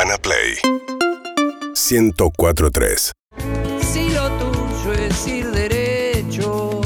Urbana Play 104.3. Si lo tuyo es ir derecho,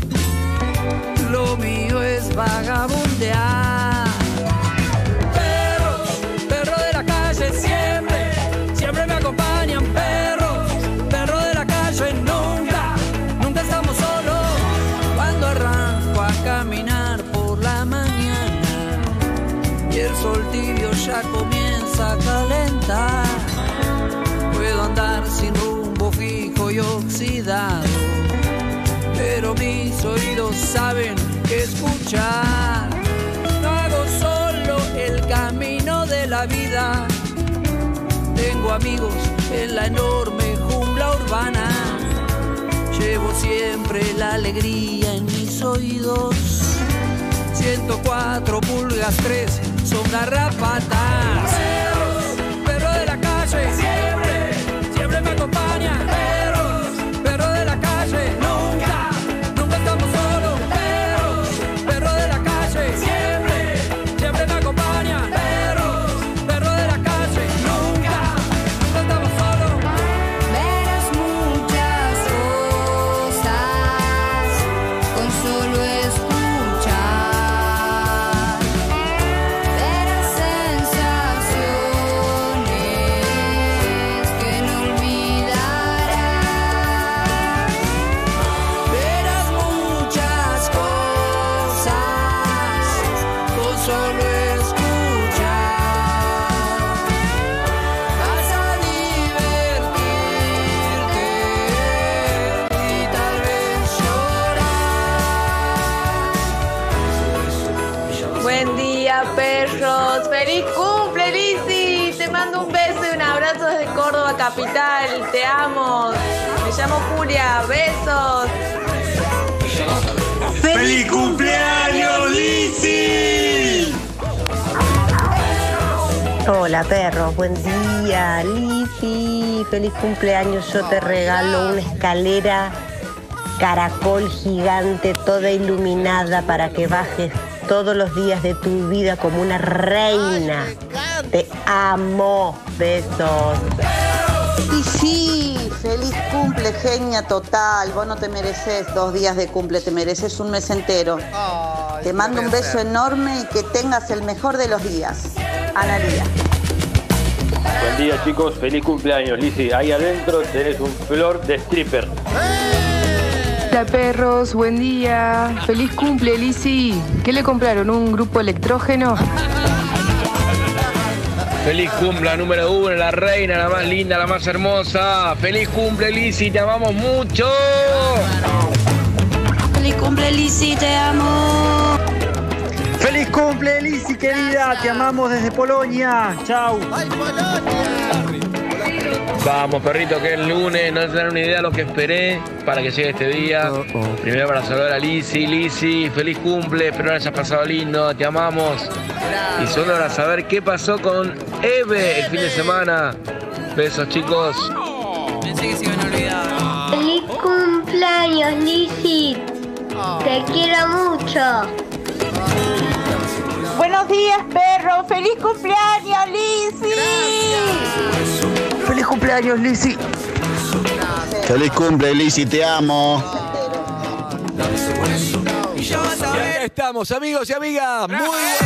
lo mío es vagabundear. Perros, perros de la calle siempre, siempre me acompañan. Perros, perros de la calle nunca, nunca estamos solos. Cuando arranco a caminar por la mañana y el sol tibio ya comienza a calentar, puedo andar sin rumbo fijo y oxidado, pero mis oídos saben que escuchar. No hago solo el camino de la vida, tengo amigos en la enorme jungla urbana. Llevo siempre la alegría en mis oídos. 104 pulgas 3 son garrapatas. Perros de la calle siempre, siempre me acompañan. Perros de la calle nunca, nunca estamos solos. Perros de la calle siempre, siempre me acompañan. Perros de la calle nunca, nunca estamos solos. Verás muchas cosas con solo escuchar. Verás sensaciones que no olvidarás. Verás muchas cosas con solo escuchar. Vas a divertirte y tal vez llorar. Buen día, perros. ¡Feliz cumple, Lizzy! Te mando un beso y un abrazo desde Córdoba capital. Te amo. Me llamo Julia. Besos. ¡Feliz cumpleaños, Lizzy! Hola perros, buen día, Lizzy, feliz cumpleaños. Yo te regalo una escalera caracol gigante, toda iluminada, para que bajes todos los días de tu vida como una reina. Te amo, besos. Y sí, feliz cumple, genia total. Vos no te mereces 2 días de cumple, te mereces un mes entero. Te mando un beso enorme y que tengas el mejor de los días. Analía. Buen día, chicos, feliz cumpleaños, Lizzy. Ahí adentro tenés un flor de stripper. Hola perros, buen día. Feliz cumple, Lizzy. ¿Qué le compraron? ¿Un grupo electrógeno? Feliz cumple, número 1, la reina, la más linda, la más hermosa. Feliz cumple, Lizzy, te amamos mucho. Feliz cumple, Lizzy, te amo. ¡Feliz cumple, Lizzy, querida! Te amamos desde Polonia. ¡Chau! Vamos, perrito, que el lunes no te dan una idea de lo que esperé para que llegue este día. Primero para saludar a Lizzy. Lizzy, feliz cumple, espero que hayas pasado lindo, te amamos. Y solo para saber qué pasó con Eve el fin de semana. Besos, chicos. Pensé que se iban a olvidar. ¡Feliz cumpleaños, Lizzy! ¡Te quiero mucho! Buenos días, perro. ¡Feliz cumpleaños, Lizzy! ¡Feliz cumpleaños, Lizzy! ¡Feliz cumple, Lizzy, te amo! Y acá estamos, amigos y amigas. Muy buenos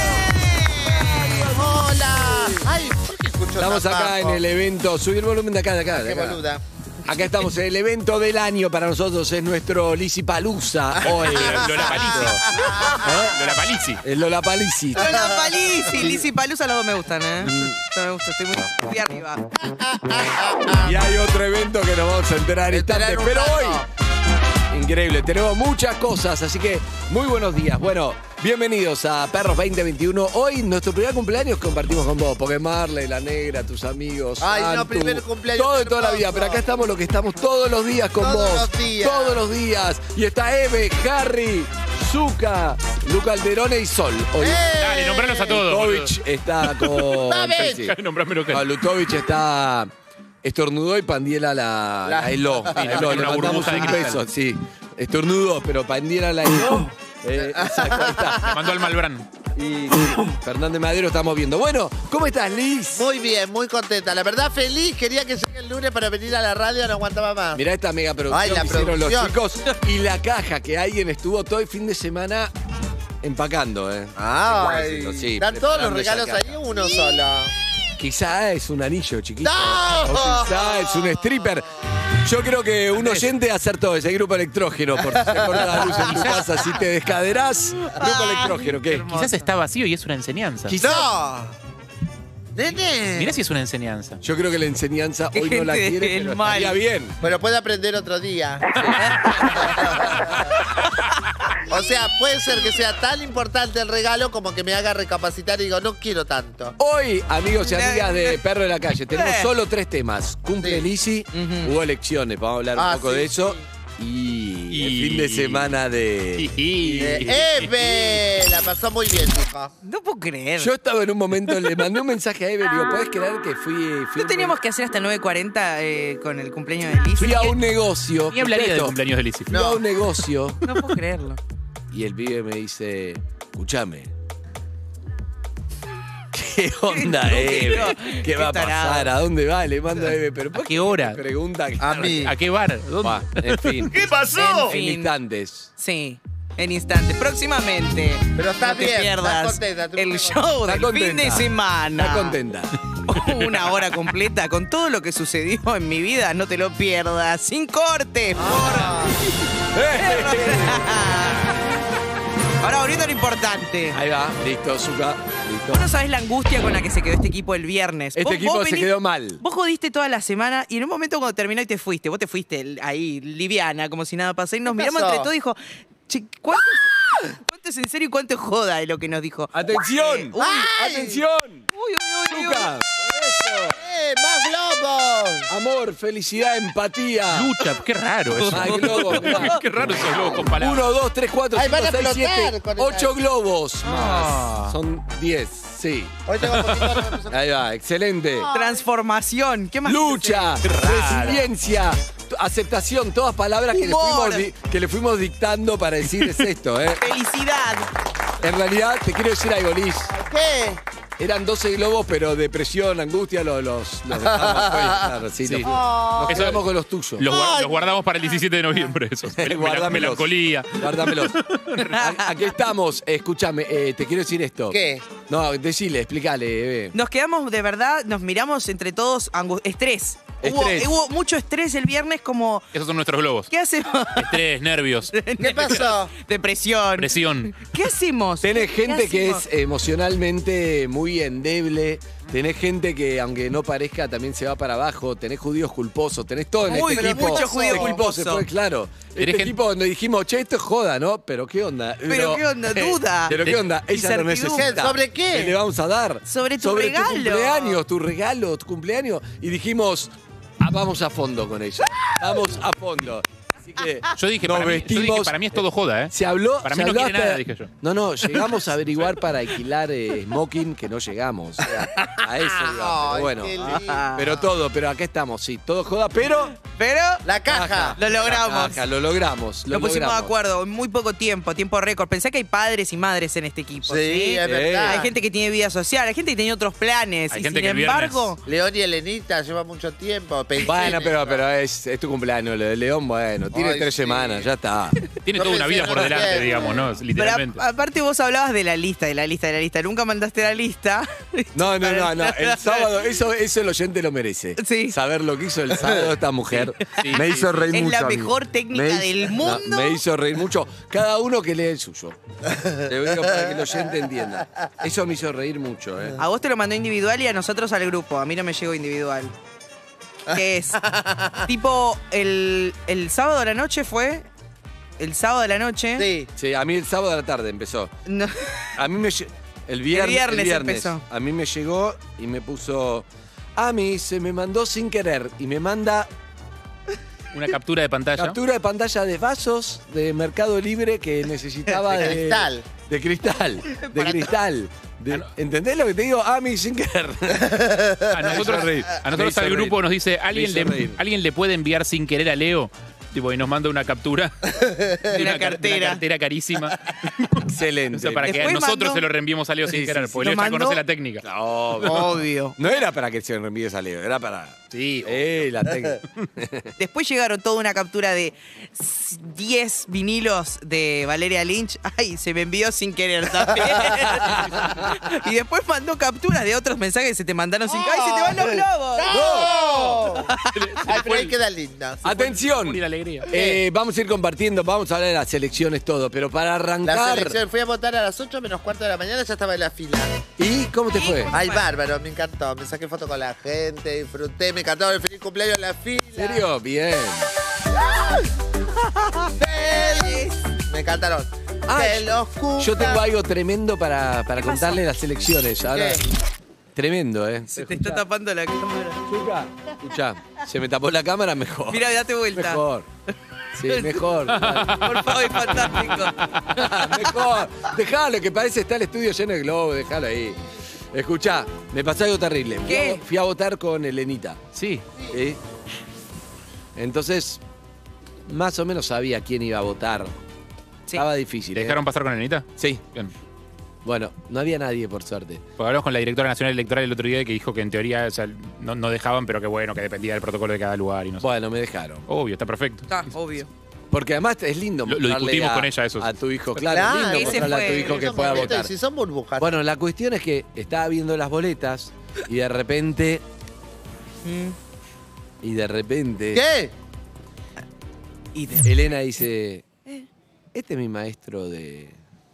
¡Hola! Ay, ¿por qué escucho Estamos tan acá bajo? en el evento. Subí el volumen de acá, de acá. Qué boluda. Acá estamos, el evento del año para nosotros es nuestro Lizzypalooza hoy. Lollapalooza. El Lollapalooza. Lollapalooza, Lizzypalooza, los dos me gustan, ¿eh? No me gusta, estoy muy arriba. Y hay otro evento que nos vamos a enterar en instantes. Pero hoy, increíble, tenemos muchas cosas, así que muy buenos días. Bueno, bienvenidos a Perros 2021. Hoy, nuestro primer cumpleaños, compartimos con vos, porque Marley, la negra, tus amigos, Ay, Santu, no, primer cumpleaños todo de toda la vida. hermoso. Pero acá estamos lo que estamos todos los días con Todos vos. los días. Todos los días. Y está Eve, Harry, Zuka, Luca Alderone y Sol. Hoy, Dale, nombranos a todos. Lutovic está con... Dame. Sí. Nombrámelo que. No, Lutovic está... Estornudó y Pandiela la heló. Sí, La heló. Le una mandamos burbuja de un cristal. beso, sí. Estornudó, pero Pandiela la heló. Exacto, ahí está. Le mandó al Malbrán. y Fernández Madero estamos viendo. Bueno, ¿cómo estás, Liz? Muy bien, muy contenta. La verdad, feliz. Quería que llegue el lunes para venir a la radio, no aguantaba más. Mirá esta mega producción Ay, la que hicieron los producción. chicos y la caja que alguien estuvo todo el fin de semana empacando, Ay, Sí, ¿están todos los preparando esa regalos caja. ahí o uno solo? Quizá es un anillo chiquito. ¡No! O quizá es un stripper. Yo creo que un oyente acertó ese grupo electrógeno. Por si se corta la luz en tu casa, si te descaderás, grupo electrógeno. ¿Qué? Quizás está vacío y es una enseñanza. ¡No! ¡Nene! Mirá si es una enseñanza. Yo creo que la enseñanza Qué hoy no la gente quiere, del pero mal. estaría bien. Pero puede aprender otro día. O sea, puede ser que sea tan importante el regalo como que me haga recapacitar y digo, no quiero tanto. Hoy, amigos y amigas de Perro de la Calle, tenemos solo 3 temas. Cumple Lizzy, hubo elecciones, vamos a hablar un poco de eso. Y el fin de semana de... ¡Eve! La pasó muy bien, hijo. No puedo creer. Yo estaba en un momento, le mandé un mensaje a Eve, digo, ¿podés creer que fui ¿No teníamos que hacer hasta 9:40 con el cumpleaños de Liz? Fui a un negocio. Ni hablaría del completo. cumpleaños de Lizzy. Fui a un negocio No puedo creerlo. y el pibe me dice, escúchame. ¿Qué onda, Eve? ¿Qué va a pasar? ¿A dónde va? Le mando a Eve, pero ¿por ¿A qué hora? me pregunta? A mí. ¿A qué bar? ¿Dónde? Va, en fin. ¿Qué pasó? En instantes. Sí, en instantes. Próximamente. Pero estás no te bien, pierdas estás contenta, tú el estás show Está del fin de semana. Está contenta. Una hora completa con todo lo que sucedió en mi vida. No te lo pierdas. Sin corte. Ahora volviendo a lo importante. Ahí va, listo, Zucca, listo. Vos no sabés la angustia con la que se quedó este equipo el viernes. Este equipo se quedó mal. Vos jodiste toda la semana y en un momento cuando terminó y te fuiste, vos te fuiste ahí liviana, como si nada pasara, y nos miramos entre todos y dijo, che, ¿cuánto es en serio y cuánto es joda? Es lo que nos dijo. ¡Atención! Uy, ¡Atención! uy, Zucca. ¡Más globos! Amor, felicidad, empatía. Lucha, qué raro eso. Ah, globos, mirá. Qué raro esos globos con palabras. 1, 2, 3, 4, Ay, 5, van a 6, 7, explotar con 8 esa- globos más. Son 10, sí. Hoy tengo poquito de representación. Ahí va, excelente. Transformación. ¿Qué más? Lucha, resiliencia, aceptación, todas palabras que le, Humor. que le fuimos dictando para decir es esto, ¿eh? Felicidad. En realidad, te quiero decir algo, Liz. ¿Qué? Eran 12 globos, pero depresión, angustia, los dejamos claro, sí, Sí. Nos Eso- quedamos con los tuyos. Los guardamos para el 17 de noviembre, eso. Guárdamelos. Melancolía. Guárdamelos. Aquí estamos. Escúchame, te quiero decir esto. ¿Qué? No, decile, explícale, Eve. Nos quedamos de verdad, nos miramos entre todos, estrés. Estrés. Hubo mucho estrés el viernes como, Esos son nuestros globos. ¿qué hacemos? Estrés, nervios, ¿Qué pasó? Depresión. presión. ¿Qué hacemos? Tenés ¿Qué gente que hacemos? es emocionalmente muy endeble. Tenés gente que, aunque no parezca, también se va para abajo. Tenés judíos culposos. Tenés todo en Uy, este pero equipo. mucho judío Este equipo culposo. se fue, claro. Tenés Este gente- equipo donde dijimos, che, esto es joda, ¿no? Pero ¿qué onda? Pero ¿qué onda? Duda. Pero ¿qué onda? Ella lo Incertidumbre. necesita. ¿Sobre qué? ¿Qué le vamos a dar? Sobre tu regalo. Tu regalo, tu cumpleaños. Y dijimos, vamos a fondo con ella. Vamos a fondo. Así que Yo dije, nos para mí, yo dije, vestimos. para mí es todo joda, ¿eh? Se habló. Para se mí no habló quiere hasta- nada, dije yo. No, llegamos a averiguar para alquilar smoking, que no llegamos. O sea, a eso iba. Pero Ay, bueno. qué lindo. Pero acá estamos, sí. Todo joda, pero. Pero La caja. lo logramos. La caja, lo logramos. Lo pusimos de acuerdo en muy poco tiempo, tiempo récord. Pensé que hay padres y madres en este equipo. Sí, es verdad. Hay gente que tiene vida social, hay gente que tiene otros planes. Hay y gente sin que el viernes- embargo, León y Elenita lleva mucho tiempo. Pensé Bueno, en pero eso. es tu cumpleaños, lo de León, bueno, tiene Ay, 3 sí. semanas, ya está. Tiene No toda una pensé vida en por lo delante, bien. digamos, ¿no? pero Literalmente. aparte vos hablabas de la lista. Nunca mandaste la lista. No. El sábado, eso el oyente lo merece. Sí. Saber lo que hizo el sábado esta mujer. Me hizo reír Es mucho. la a mí. mejor técnica del mundo. Me hizo reír mucho. Cada uno que lee el suyo. Te digo para que el oyente entienda. Eso me hizo reír mucho, ¿eh? A vos te lo mandó individual y a nosotros al grupo. A mí no me llegó individual. Que es tipo el sábado de la noche fue. El sábado de la noche. Sí. Sí, a mí el sábado de la tarde empezó. No. A mí me el viernes empezó. A mí me llegó y me puso Ami se me mandó sin querer y me manda Una captura de pantalla. captura de pantalla de vasos de Mercado Libre que necesitaba De cristal. De cristal. De cristal. ¿Entendés lo que te digo? Ami sin querer. A nosotros Me hizo al grupo reír. nos dice, Me hizo reír. ¿alguien le puede enviar sin querer a Leo? Tipo, y nos manda una captura de una cartera. Una cartera carísima. Excelente. O sea, para que Después nosotros mandó- se lo reenviemos a Leo sin Sí, querer, sí, porque sí. Leo ya Lo mandó- conoce la técnica. Obvio. No era para que se lo envíes a Leo, era para... Sí. La técnica. Después llegaron toda una captura de 10 vinilos de Valeria Lynch. Ay, se me envió sin querer también. Y después mandó capturas de otros mensajes que se te mandaron sin querer. ¡Ay, se te van los globos! ¡No! Ay, pero ahí queda linda. Atención. Y la alegría. Vamos a ir compartiendo, vamos a hablar de las elecciones, todo, pero para La arrancar... selección, fui a votar a las 8 menos cuarto de la mañana, ya estaba en la fila. ¿Y cómo te fue? Ay, bárbaro, me encantó. Me saqué foto con la gente, disfruté, me encantó el feliz cumpleaños en la fila. ¿En serio? Bien. ¡Feliz! Me encantaron. Que los cumpla. Yo tengo algo tremendo para contarle de las elecciones. Ahora, ¿Qué? tremendo, ¿eh? Se te está tapando la cámara. Escuchá, se me tapó la cámara, mejor. Mira, date vuelta. Mejor. Sí, mejor. Por favor, es fantástico. Mejor. Dejalo, que parece está el estudio lleno de globos, dejalo ahí. Escuchá, me pasó algo terrible. ¿Qué? Fui a votar con Elenita. Sí. ¿Sí? Entonces, más o menos sabía quién iba a votar. Sí. Estaba difícil. ¿Te dejaron pasar con Elenita? Sí. Bien. Bueno, no había nadie, por suerte. Porque hablamos con la directora nacional electoral el otro día que dijo que en teoría, o sea, no dejaban, pero que bueno, que dependía del protocolo de cada lugar y no sé. Bueno, me dejaron. Obvio, está perfecto. Está, obvio. Porque además es lindo Lo mostrarle discutimos a, con ella eso. a tu hijo. Claro, Claro, es lindo ese mostrarle a tu fue- hijo que Esos pueda momentos, votar. y si son burbujas. Bueno, la cuestión es que estaba viendo las boletas y de repente... Y de repente... ¿Qué? Elena dice... Este es mi maestro de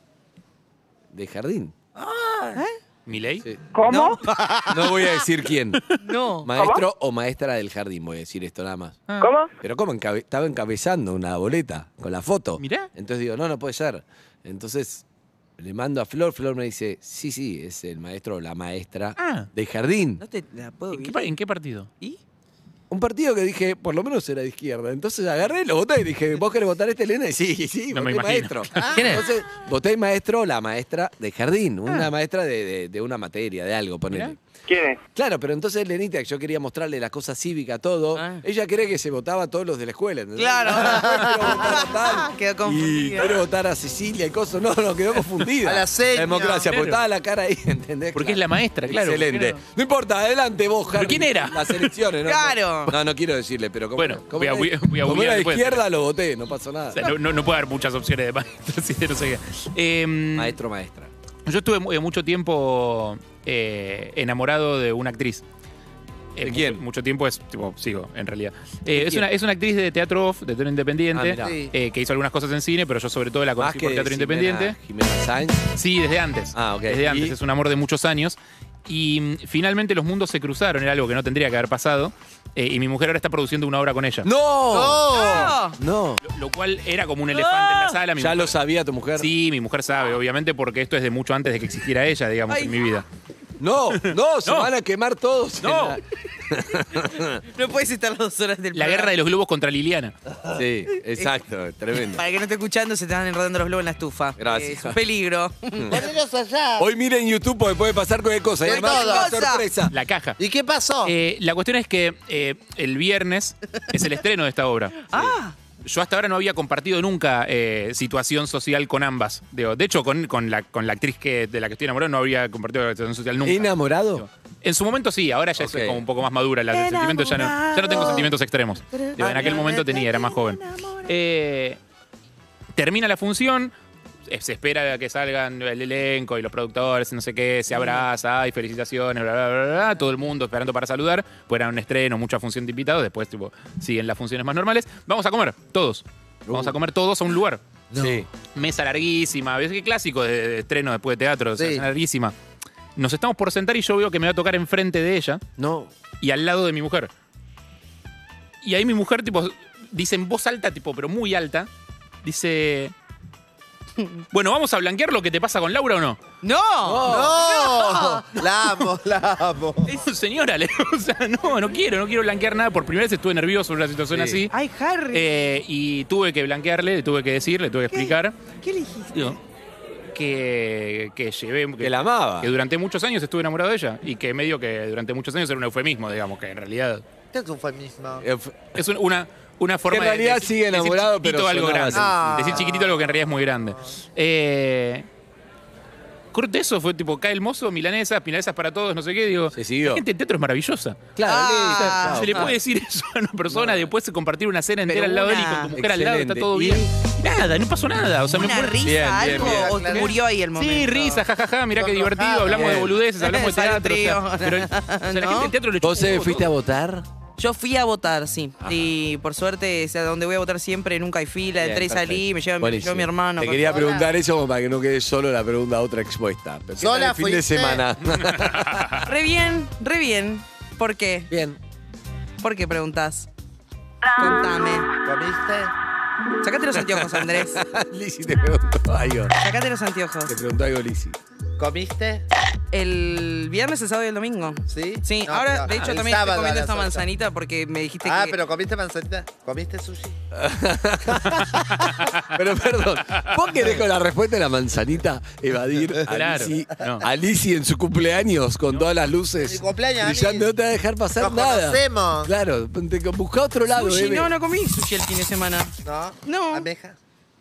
jardín. ¿Milei? Sí. ¿Cómo? No voy a decir quién. No. Maestro o maestra del jardín, voy a decir esto nada más. ¿Cómo? Pero ¿cómo? Estaba encabezando una boleta con la foto. Mirá. Entonces digo, no puede ser. Entonces le mando a Flor, Flor me dice, sí, es el maestro o la maestra de jardín. No te la puedo ¿En qué partido? ¿Y? Un partido que dije, por lo menos era de izquierda. Entonces agarré y lo voté y dije, ¿vos querés votar a este, Elena? Y sí, No me voté imagino. maestro. ¿Quién es? Entonces voté maestro o la maestra de jardín. Una maestra de una materia, de algo, ponele. ¿Quién es? Claro, pero entonces Lenita, que yo quería mostrarle las cosas cívicas, todo, ella cree que se votaba a todos los de la escuela, ¿entendés? Claro. Quiero votar a tal, Quedó y confundida. quiero votar a Cecilia y cosas. No, quedó confundida. A la seña. La democracia, porque Claro. estaba la cara ahí, ¿entendés? Porque es la maestra, claro. Excelente. ¿por qué No importa, adelante vos, ¿Pero Harry. quién era? Las elecciones, ¿no? Claro. No quiero decirle, pero como, Bueno, como voy a era- voy a como googlear era de después. izquierda, lo voté, no pasó nada. O sea, no puede haber muchas opciones de maestro, si no sé qué. Maestro, maestra. Yo estuve mucho tiempo enamorado de una actriz. ¿De quién? Mucho tiempo sigo, en realidad. ¿De Es quién? una actriz de teatro off, de teatro independiente, Ah, mirá. que hizo algunas cosas en cine, pero yo sobre todo la Más conocí que por teatro independiente. Jimena Sáenz. Sí, desde antes. Ah, ok. Desde antes, ¿Y? es un amor de muchos años. Y finalmente los mundos se cruzaron, era algo que no tendría que haber pasado. Y mi mujer ahora está produciendo una obra con ella. ¡No! No. Lo cual era como un elefante en la sala. Mi ¿Ya mujer- lo sabía tu mujer? Sí, mi mujer sabe, obviamente, porque esto es de mucho antes de que existiera ella, digamos, Ay. en mi vida. No, se No. van a quemar todos. No. No puedes estar las 2 horas del La guerra de los globos contra Liliana. Sí, exacto, tremendo. Para que no esté escuchando, se te van enredando los globos en la estufa. Gracias. Es un peligro. Ponelos allá. Hoy miren YouTube porque puede pasar cualquier cosa. Y De además todo. una sorpresa. La caja. ¿Y qué pasó? La cuestión es que el viernes es el estreno de esta obra. Yo hasta ahora no había compartido nunca situación social con ambas. Digo, de hecho, con la actriz de la que estoy enamorado no había compartido situación social nunca. ¿Enamorado? En su momento sí, ahora ya Ok. soy como un poco más madura. Los sentimientos ya no tengo sentimientos extremos. Digo, en aquel momento tenía, era más joven. Termina la función, se espera que salgan el elenco y los productores, no sé qué, se abraza, hay felicitaciones, bla, bla, bla, bla, todo el mundo esperando para saludar. Pues era un estreno, mucha función de invitados, después siguen las funciones más normales. Vamos a comer, todos. Vamos a comer todos a un lugar. Sí. Mesa larguísima, ¿ves qué clásico de estreno después de teatro? O sea, Sí. es larguísima. Nos estamos por sentar y yo veo que me va a tocar enfrente de ella No. y al lado de mi mujer. Y ahí mi mujer, dice en voz alta, pero muy alta, dice... Bueno, ¿vamos a blanquear lo que te pasa con Laura o no? ¡No! ¡No! La amo. Señora, o sea, no quiero blanquear nada. Por primera vez estuve nervioso en una situación Sí. así. ¡Ay, Harry! Y tuve que blanquearle, le tuve que decir, le tuve que explicar. ¿Qué le dijiste? Digo, que llevé... Que la amaba. Que durante muchos años estuve enamorado de ella. Y que medio que durante muchos años era un eufemismo, digamos, que en realidad... ¿Qué es un eufemismo? Es una forma en realidad de sigue enamorado, decir pero algo sonaba grande. así. Decir chiquitito algo que en realidad es muy grande. Corte eso, fue tipo, cae el mozo, milanesas para todos, no sé qué, digo. Se siguió. La gente en teatro es maravillosa. Claro, Se le puede decir eso a una persona, después de compartir una cena entera al lado de él y con tu mujer al lado, está Excelente. todo bien. Nada, no pasó nada. O sea, ¿Una risa, algo? ¿O te murió ahí el momento? Sí, risa, jajaja, mirá qué divertido, hablamos de boludeces, hablamos de Sale teatro. O sea, pero la gente en teatro le ¿Vos chupa un fuiste a todo. votar? Yo fui a votar, sí. Y por suerte, o sea, donde voy a votar siempre nunca hay fila, Bien, entré y salí, me lleva Buenísimo. mi hermano. Te quería preguntar eso como para que no quede solo la pregunta otra expuesta. Pero ¿qué tal ¿Sola el fin de fuiste? semana? Re bien. ¿Por qué? Bien. ¿Por qué preguntás? Contame. ¿Comiste? Sacate los anteojos, Andrés. Lizzy te preguntó algo. Sacate los anteojos. Te preguntó algo, Lizzy. ¿Comiste? El viernes, el sábado y el domingo. ¿Sí? Sí, No, ahora, pero de hecho, el también estoy sábado comiendo a esta las 8. manzanita porque me dijiste Ah, que... pero ¿comiste manzanita? ¿Comiste sushi? Pero perdón, ¿vos querés con la respuesta de la manzanita evadir a Claro, Lizzy, no. a Lizzy en su cumpleaños con todas las luces? Mi cumpleaños, brillando? No te va a dejar pasar Nos nada. conocemos. Claro, busca otro lado, Sushi, Eve. no comí sushi el fin de semana. No. ¿Ameja?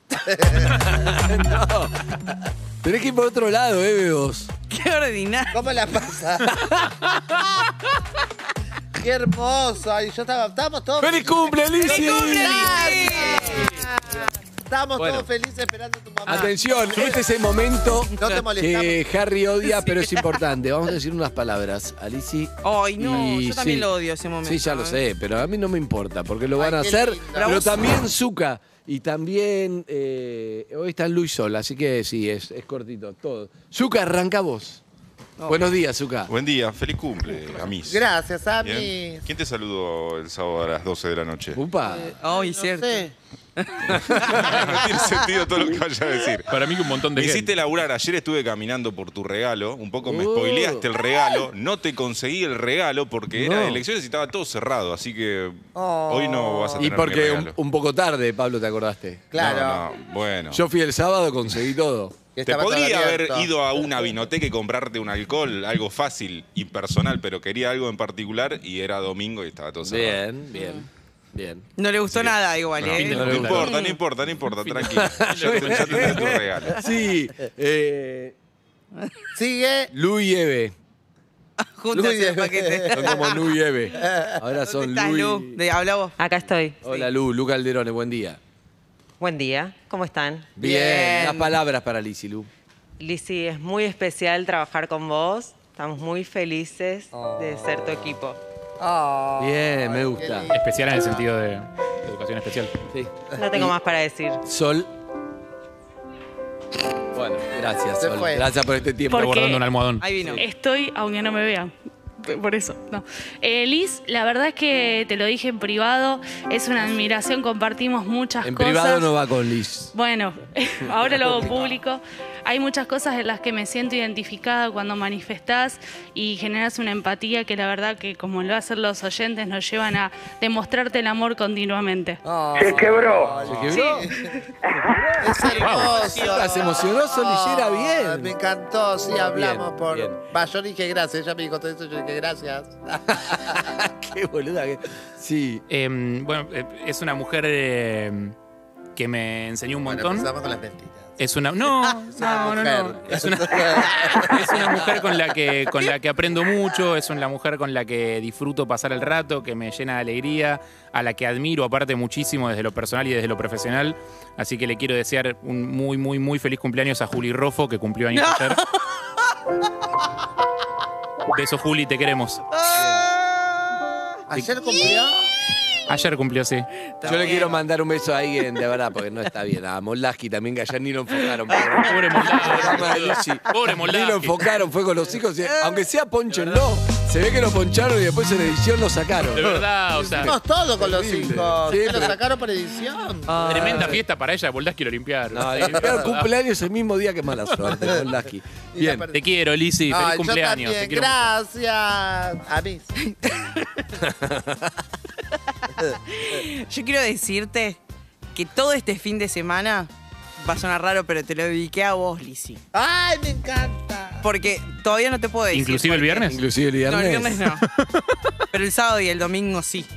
No. Tenés que ir por otro lado, Eve, vos. Qué ordinario. ¿Cómo la pasas? Qué hermoso. Ay, estábamos todos... ¡Feliz cumple, Lizzy! ¡Feliz cumple, Lizzy! Estábamos Bueno. todos felices esperando a tu mamá. Atención, este es el momento No te molestamos. que Harry odia, pero es importante. Vamos a decir unas palabras a Lizzy. Ay, no, Y yo también sí. lo odio ese momento. Sí, ya lo sé, pero a mí no me importa, porque lo van a qué hacer. lindo. Pero Vos- también Zucca. Y también hoy está Luis Sola, así que sí, es cortito, todo. Zucca, arranca vos. Buenos días, Zucca. Buen día, feliz cumple, a mí. Gracias, Ami. Bien. ¿Quién te saludó el sábado a las 12 de la noche? Upa. Ay, No cierto. sé. No tiene sentido todo lo que vaya a decir. Para mí que un montón de Me gente. hiciste laburar, ayer estuve caminando por tu regalo, un poco me Oh. spoileaste el regalo, no te conseguí el regalo porque era de elecciones y estaba todo cerrado, así que hoy no vas a Y tener mi porque regalo. un poco tarde, Pablo, ¿te acordaste? Claro. No, bueno. Yo fui el sábado, conseguí todo. Que Te estaba todo podría haber abierto. ido a una vinoteca y comprarte un alcohol, algo fácil y personal, pero quería algo en particular y era domingo y estaba todo cerrado. Bien. No le gustó nada igual, No, ¿eh? no, importa, tranquilo. Ya tendré tu regalo. Sí, Sigue. Lu y Eve. Juntas Luis, el paquete. Son como Lu y Eve. Ahora son ¿Estás, Lu Lu? y... Habla vos. Acá estoy. Hola Lu, Lu Calderone, buen día. Buen día. ¿Cómo están? Bien. Las palabras para Lizzy, Lu. Lizzy, es muy especial trabajar con vos. Estamos muy felices de ser tu equipo. Bien, me gusta. Especial en el sentido de educación especial. Sí. No tengo más para decir. Sol. Bueno, gracias, Se Sol. fue. Gracias por este tiempo. Está Porque- guardando un almohadón. Ahí vino. Estoy, aunque no me vean. Por eso, no. Liz, la verdad es que te lo dije en privado, es una admiración, compartimos muchas En cosas. privado no va con Liz. Bueno, ahora lo hago público. Hay muchas cosas en las que me siento identificada cuando manifestás y generas una empatía que la verdad que, como lo hacen los oyentes, nos llevan a demostrarte el amor continuamente. Se quebró. ¿Se quebró? Es hermoso. Se emocionó Solillera, Me bien. encantó, sí, hablamos Bien, por... bien. Va, yo dije gracias, ella me dijo todo eso, yo dije gracias. Qué boluda que... Sí. Bueno, es una mujer que me enseñó un Bueno, montón. empezamos con las mentiras. Es una no, una no. mujer. Es una mujer con la que aprendo mucho, es una mujer con la que disfruto pasar el rato, que me llena de alegría, a la que admiro aparte muchísimo desde lo personal y desde lo profesional. Así que le quiero desear un muy, muy, muy feliz cumpleaños a Juli Roffo, que cumplió años ayer. Beso, Juli, te queremos. ¿Ayer cumplió? Ayer cumplió, sí. Yo le quiero mandar un beso a alguien, de verdad, porque no está bien. A Molaski también, que ayer ni lo enfocaron. Pobre Molaski. Pobre Ni lo Molaski. enfocaron, fue con los hijos. Aunque sea ponchenlo, se ve que lo poncharon y después en edición lo sacaron. De verdad, o sea. Hicimos todo con los Terrible. hijos. Sí, ¿Qué lo pero- sacaron por edición? Tremenda fiesta para ella, Moldaski lo limpiaron. No, el limpiaron cumpleaños el mismo día que mala suerte, Molaski. Bien. Te quiero, Lizzy. Feliz Ay, cumpleaños. Yo Te también, quiero gracias. A mí. Yo quiero decirte que todo este fin de semana va a sonar raro, pero te lo dediqué a vos, Lizzy. Ay, me encanta. Porque todavía no te puedo decir. ¿Inclusive el por qué. viernes? Inclusive el No, viernes. el viernes no. Pero el sábado y el domingo sí.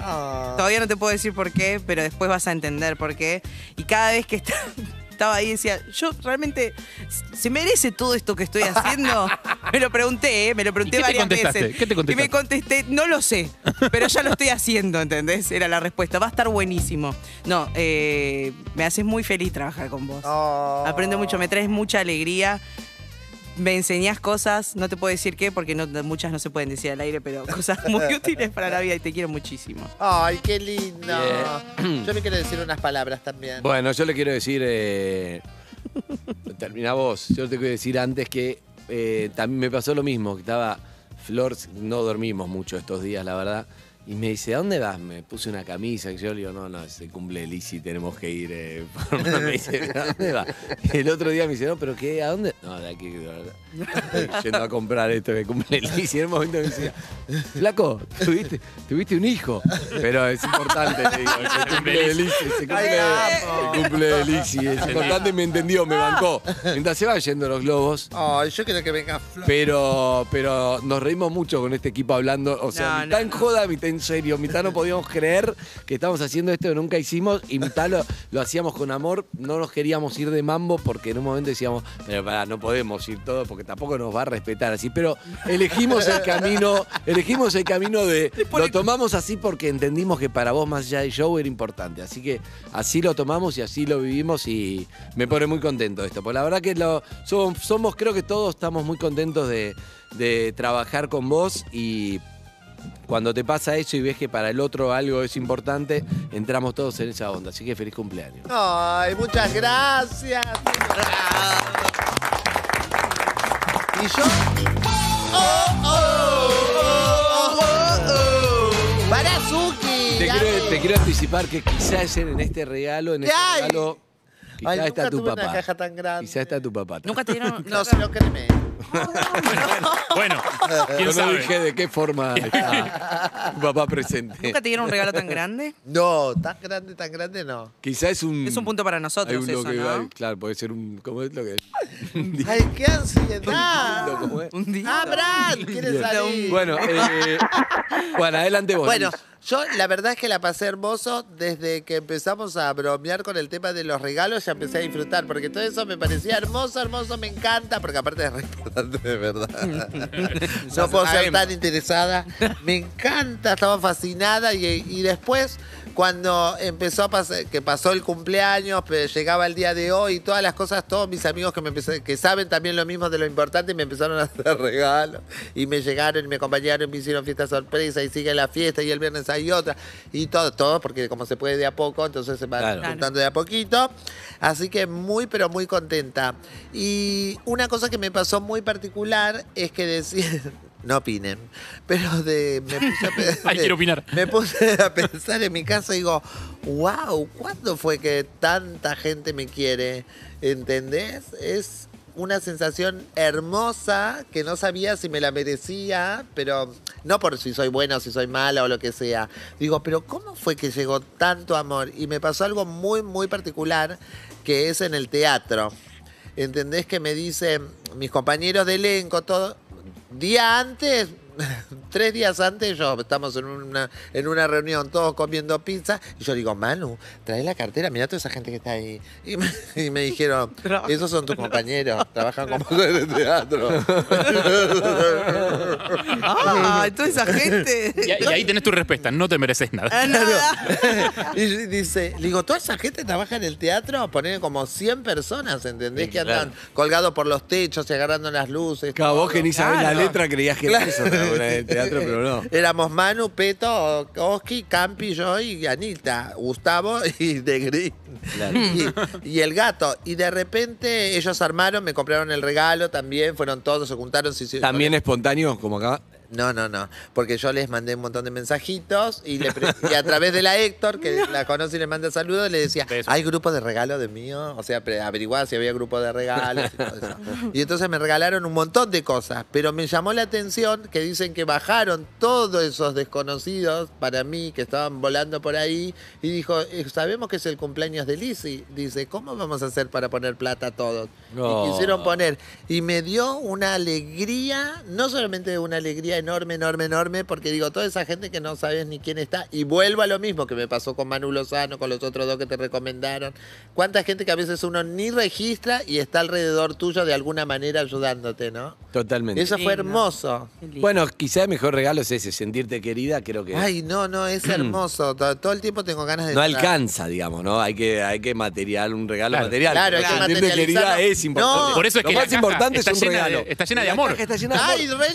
Todavía no te puedo decir por qué, pero después vas a entender por qué. Y cada vez que estaba ahí decía, yo realmente, ¿se merece todo esto que estoy haciendo? Me lo pregunté varias veces. ¿Qué te contestaste? Y me contesté, no lo sé, pero ya lo estoy haciendo, ¿entendés? Era la respuesta. Va a estar buenísimo. No, me haces muy feliz trabajar con vos. Aprendo mucho, me traes mucha alegría. Me enseñás cosas, no te puedo decir qué, porque muchas no se pueden decir al aire, pero cosas muy útiles para la vida y te quiero muchísimo. Ay, qué lindo. Yo me quiero decir unas palabras también. Bueno, yo le quiero decir... termina vos. Yo te quiero decir antes que también me pasó lo mismo, que estaba... Flor, no dormimos mucho estos días, la verdad. Y me dice, ¿a dónde vas? Me puse una camisa. Y yo le digo, no, se cumple Lizzy, tenemos que ir. Me dice, ¿a dónde vas? Y el otro día me dice, no, ¿pero qué? ¿A dónde? No, de aquí, de verdad. Estoy yendo a comprar esto que cumple Lizzy. En un momento me decía, flaco, tuviste un hijo. Pero es importante, le digo, se cumple Lizzy, se cumple Lizzy. Es importante, me entendió, me bancó. Mientras se van yendo los globos. Ay, yo quiero que venga Flor. Pero nos reímos mucho con este equipo hablando. O sea, mitad en joda, mitad en serio. Mitad no podíamos creer que estábamos haciendo esto que nunca hicimos. Y mitad lo hacíamos con amor. No nos queríamos ir de mambo porque en un momento decíamos, pero pará, no podemos ir todos porque tampoco nos va a respetar así. Pero elegimos el camino de... Lo tomamos así porque entendimos que para vos más allá del show era importante. Así que así lo tomamos y así lo vivimos y me pone muy contento esto. Porque la verdad que somos, creo que todos estamos muy contentos de trabajar con vos y cuando te pasa eso y ves que para el otro algo es importante, entramos todos en esa onda. Así que feliz cumpleaños. Ay, muchas gracias. Y yo... ¡Barazuki! Te quiero anticipar que quizás en este regalo, quizás está tu papá. Una caja tan grande. Quizás está tu papá. Nunca te dieron... No se lo créeme. Bueno, yo no dije de qué forma está tu papá presente. ¿Nunca te dieron un regalo tan grande? No, tan grande no. Quizás es un... Es un punto para nosotros eso, ¿no? Claro, puede ser un... ¿Cómo es lo que...? ¡Ay, qué ansiedad! ¿Cómo es? Un día. ¡Ah, Brad! ¿Quieres salir? Bueno, adelante vos. Bueno, yo la verdad es que la pasé hermoso desde que empezamos a bromear con el tema de los regalos, ya empecé a disfrutar, porque todo eso me parecía hermoso, me encanta, porque aparte es re importante, de verdad. No puedo ser tan interesada. Me encanta, estaba fascinada y después cuando empezó a pasar, que pasó el cumpleaños, llegaba el día de hoy y todas las cosas, todos mis amigos que saben también lo mismo de lo importante, me empezaron a hacer regalos y me llegaron y me acompañaron, me hicieron fiesta sorpresa y sigue la fiesta y el viernes hay otra y todo, porque como se puede de a poco, entonces se van juntando de a poquito. Así que muy, pero muy contenta. Y una cosa que me pasó muy particular es que decía... No opinen, pero quiero opinar. Me puse a pensar en mi casa y digo, wow, ¿cuándo fue que tanta gente me quiere? ¿Entendés? Es una sensación hermosa que no sabía si me la merecía, pero no por si soy buena o si soy mala o lo que sea. Digo, pero ¿cómo fue que llegó tanto amor? Y me pasó algo muy, muy particular, que es en el teatro. ¿Entendés? Que me dicen mis compañeros de elenco, todo... Día antes, 3 días antes, estamos en una reunión, todos comiendo pizza, y yo digo, Manu, trae la cartera, mirá toda esa gente que está ahí. Y me dijeron, esos son tus compañeros, trabajan como en el teatro. Toda esa gente. Y ahí tenés tu respuesta, no te mereces nada. Y dice, digo, toda esa gente trabaja en el teatro, ponen como 100 personas, ¿entendés? Que andan colgados por los techos y agarrando las luces. Claro, vos que ni sabés la letra creías que era eso. El teatro, pero no. Éramos Manu, Peto, Oski, Campi, yo y Anita, Gustavo y De Green. Claro. Y el gato. Y de repente ellos armaron, me compraron el regalo también, fueron todos, se juntaron. ¿También espontáneos como acá? No, porque yo les mandé un montón de mensajitos y a través de la Héctor, que la conoce y le manda saludos, le decía, ¿hay grupo de regalo de mío? O sea, averiguaba si había grupo de regalos y todo eso. Y entonces me regalaron un montón de cosas, pero me llamó la atención que dicen que bajaron todos esos desconocidos para mí, que estaban volando por ahí, y dijo, sabemos que es el cumpleaños de Lizzy. Dice, ¿cómo vamos a hacer para poner plata a todos? No. Y quisieron poner. Y me dio una alegría, no solamente una alegría enorme, enorme, enorme, porque digo, toda esa gente que no sabes ni quién está, y vuelvo a lo mismo que me pasó con Manu Lozano, con los otros dos que te recomendaron. Cuánta gente que a veces uno ni registra y está alrededor tuyo de alguna manera ayudándote, ¿no? Totalmente. Eso fue hermoso. Bueno, quizá el mejor regalo es ese, sentirte querida, creo que... Ay, no, es hermoso. Todo el tiempo tengo ganas de... No alcanza, digamos, ¿no? Hay que material, un regalo material. Claro, hay que sentirte materializarlo. querida es importante. No. Por eso es Lo que más la caja importante está es un llena regalo. está llena de amor. La caja está llena de amor. ¡Ay, ¡no!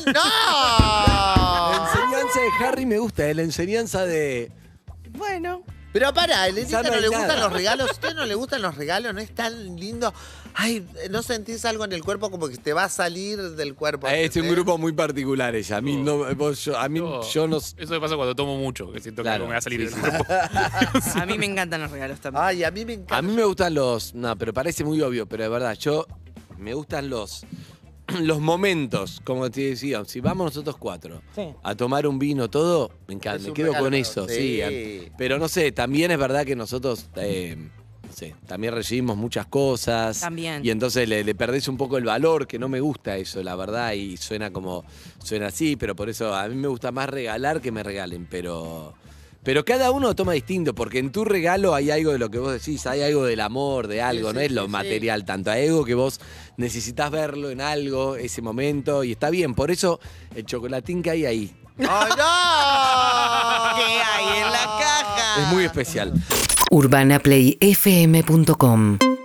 La enseñanza de Harry me gusta, la enseñanza de... Bueno. Pero pará, a Elenita Ya no no hay le gustan nada. los regalos. ¿A usted no le gustan los regalos? ¿No es tan lindo? Ay, ¿no sentís algo en el cuerpo como que te va a salir del cuerpo? Es un grupo muy particular ella. A mí no, yo no... Eso me pasa cuando tomo mucho, que siento que Claro, algo me va a salir sí, del sí. cuerpo. A mí me encantan los regalos también. Ay, a mí me encanta. A mí me gustan los... No, pero parece muy obvio, pero de verdad, me gustan los momentos, como te decía. Si vamos nosotros 4 a tomar un vino, todo, me encanta, Es me un quedo regalo, con eso, sí. sí. Pero no sé, también es verdad que nosotros... no sé, también recibimos muchas cosas. También. Y entonces le perdés un poco el valor, que no me gusta eso, la verdad, y suena así, pero por eso a mí me gusta más regalar que me regalen, pero cada uno toma distinto, porque en tu regalo hay algo de lo que vos decís, hay algo del amor, de algo, no es lo material tanto, hay algo que vos necesitas verlo en algo, ese momento, y está bien, por eso el chocolatín que hay ahí. ¡Ay, no! ¿Qué hay en la caja? Es muy especial. UrbanaPlayFM.com